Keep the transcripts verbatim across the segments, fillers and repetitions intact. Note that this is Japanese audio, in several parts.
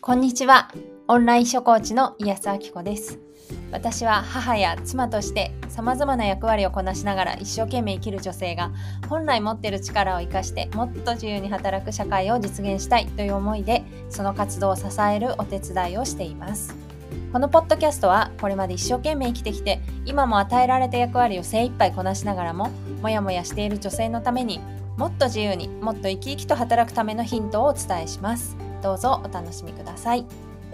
こんにちは。オンライン書コーチの宮須明子です。私は母や妻として様々な役割をこなしながら一生懸命生きる女性が本来持っている力を生かしてもっと自由に働く社会を実現したいという思いで、その活動を支えるお手伝いをしています。このポッドキャストはこれまで一生懸命生きてきて、今も与えられた役割を精一杯こなしながらももやもやしている女性のために、もっと自由にもっと生き生きと働くためのヒントをお伝えします。どうぞお楽しみください。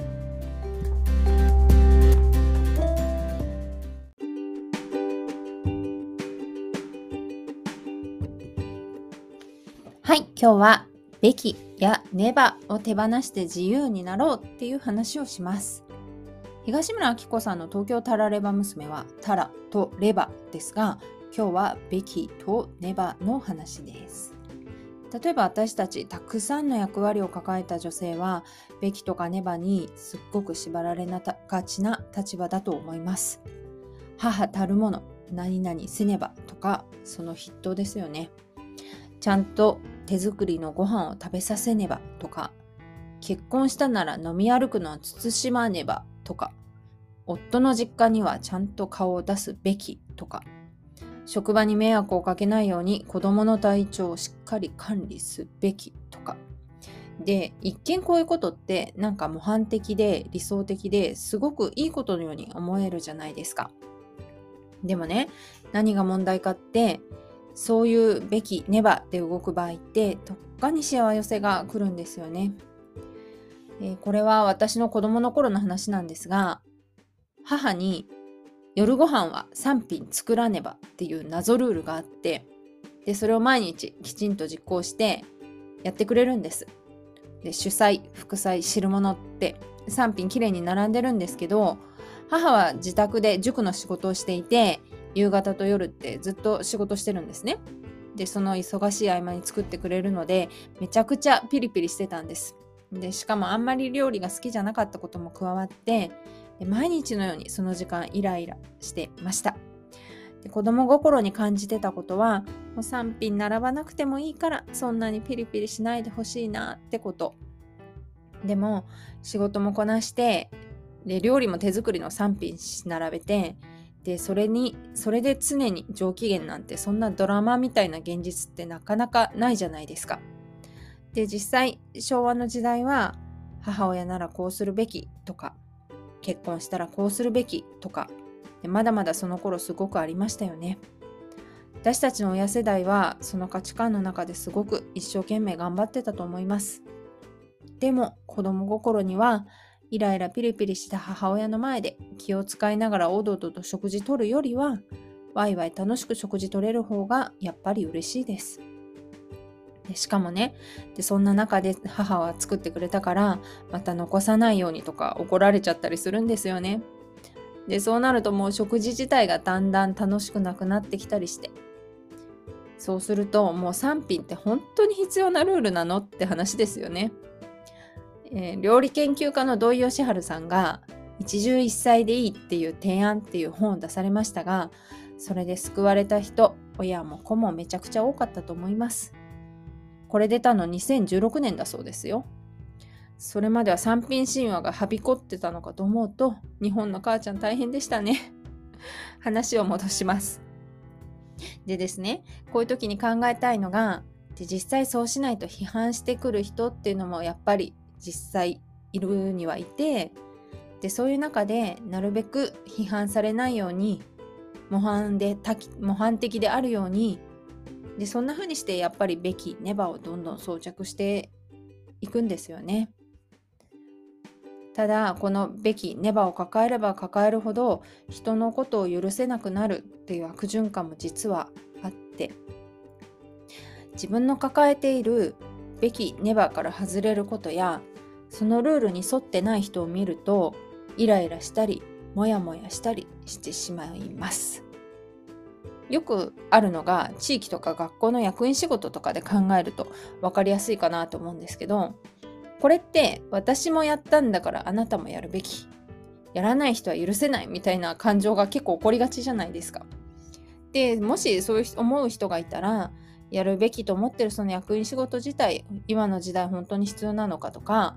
はい、今日はべきやねばを手放して自由になろうっていう話をします。東村明子さんの東京タラレバ娘はタラとレバですが、今日はべきとねばの話です。例えば私たちたくさんの役割を抱えた女性は、べきとかねばにすっごく縛られがちな立場だと思います。母たるもの何々せねばとか、その筆頭ですよね。ちゃんと手作りのご飯を食べさせねばとか、結婚したなら飲み歩くのは慎まねばとか、夫の実家にはちゃんと顔を出すべきとか、職場に迷惑をかけないように子供の体調をしっかり管理すべきとかで、一見こういうことってなんか模範的で理想的ですごくいいことのように思えるじゃないですか。でもね、何が問題かって、そういうべきねばで動く場合ってどっかにしわ寄せが来るんですよね。えー、これは私の子供の頃の話なんですが、母に夜ご飯はさん品作らねばっていう謎ルールがあって、でそれを毎日きちんと実行してやってくれるんです。で主菜、副菜、汁物ってさん品きれいに並んでるんですけど、母は自宅で塾の仕事をしていて、夕方と夜ってずっと仕事してるんですね。でその忙しい合間に作ってくれるので、めちゃくちゃピリピリしてたんです。でしかもあんまり料理が好きじゃなかったことも加わって、で毎日のようにその時間イライラしていました。で子供心に感じてたことは、もうさん品並ばなくてもいいからそんなにピリピリしないでほしいなってこと。でも仕事もこなして、で料理も手作りのさん品並べて、でそれにそれで常に上機嫌なんて、そんなドラマみたいな現実ってなかなかないじゃないですか。で実際昭和の時代は、母親ならこうするべきとか、結婚したらこうするべきとか、でまだまだその頃すごくありましたよね。私たちの親世代はその価値観の中ですごく一生懸命頑張ってたと思います。でも子供心には、イライラピリピリした母親の前で気を使いながらおどおどと食事取るよりは、ワイワイ楽しく食事取れる方がやっぱり嬉しいです。でしかもね、でそんな中で母は作ってくれたから、また残さないようにとか怒られちゃったりするんですよね。でそうなるともう食事自体がだんだん楽しくなくなってきたりして、そうするともうさん品って本当に必要なルールなのって話ですよね。えー、料理研究家の土井善晴さんが一汁一菜でいいっていう提案っていう本を出されましたが、それで救われた人、親も子もめちゃくちゃ多かったと思います。これ出たのにせんじゅうろくねんだそうですよ。それまではさん品神話がはびこってたのかと思うと、日本の母ちゃん大変でしたね。話を戻します。でですね、こういう時に考えたいのが、で実際そうしないと批判してくる人っていうのもやっぱり実際いるにはいて、でそういう中でなるべく批判されないように、模範で模範的であるように、でそんな風にしてやっぱりべきねばをどんどん装着していくんですよね。ただこのべきねばを抱えれば抱えるほど、人のことを許せなくなるっていう悪循環も実はあって、自分の抱えているべきねばから外れることや、そのルールに沿ってない人を見るとイライラしたりモヤモヤしたりしてしまいます。よくあるのが地域とか学校の役員仕事とかで考えると分かりやすいかなと思うんですけど、これって私もやったんだからあなたもやるべき、やらない人は許せないみたいな感情が結構起こりがちじゃないですか。でもしそういう思う人がいたら、やるべきと思ってるその役員仕事自体、今の時代本当に必要なのかとか、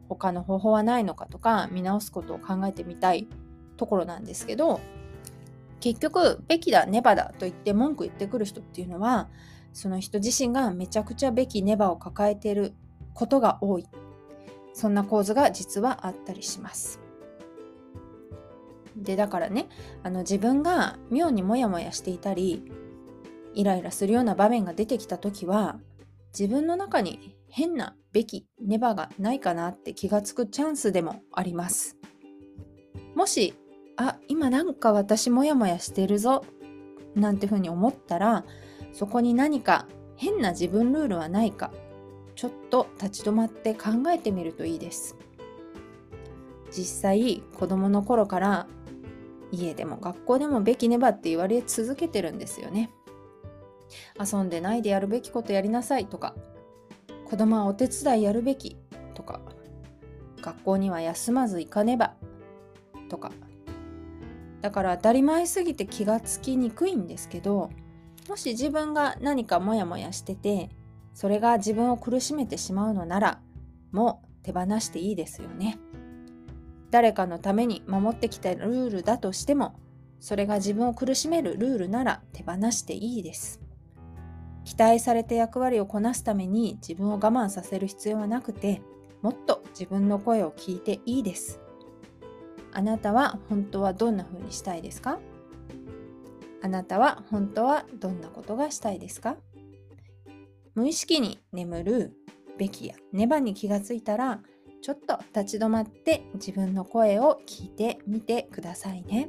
他の方法はないのかとか見直すことを考えてみたいところなんですけど、結局べきだねばだと言って文句言ってくる人っていうのは、その人自身がめちゃくちゃべきねばを抱えていることが多い、そんな構図が実はあったりします。でだからね、あの自分が妙にモヤモヤしていたりイライラするような場面が出てきたときは、自分の中に変なべきねばがないかなって気がつくチャンスでもあります。もしあ今なんか私モヤモヤしてるぞなんてふうに思ったら、そこに何か変な自分ルールはないか、ちょっと立ち止まって考えてみるといいです。実際子供の頃から家でも学校でもべきねばって言われ続けてるんですよね。遊んでないでやるべきことやりなさいとか、子供はお手伝いやるべきとか、学校には休まず行かねばとか。だから当たり前すぎて気がつきにくいんですけど、もし自分が何かモヤモヤしてて、それが自分を苦しめてしまうのなら、もう手放していいですよね。誰かのために守ってきたルールだとしても、それが自分を苦しめるルールなら手放していいです。期待された役割をこなすために自分を我慢させる必要はなくて、もっと自分の声を聞いていいです。あなたは本当はどんな風にしたいですか？あなたは本当はどんなことがしたいですか？無意識に眠るべきやねばに気がついたら、ちょっと立ち止まって自分の声を聞いてみてくださいね。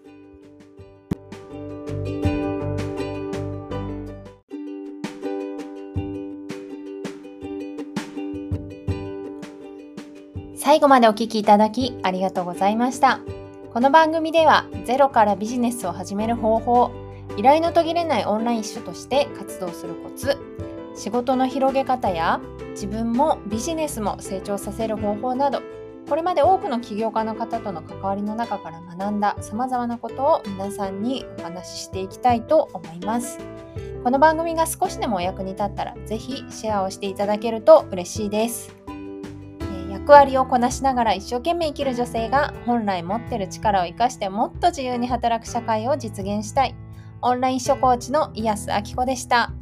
最後までお聞きいただきありがとうございました。この番組ではゼロからビジネスを始める方法、依頼の途切れないオンライン秘書として活動するコツ、仕事の広げ方や自分もビジネスも成長させる方法など、これまで多くの起業家の方との関わりの中から学んだ様々なことを皆さんにお話ししていきたいと思います。この番組が少しでもお役に立ったら、ぜひシェアをしていただけると嬉しいです。役割をこなしながら一生懸命生きる女性が本来持っている力を生かしてもっと自由に働く社会を実現したい、オンライン秘書コーチのイヤスアキコでした。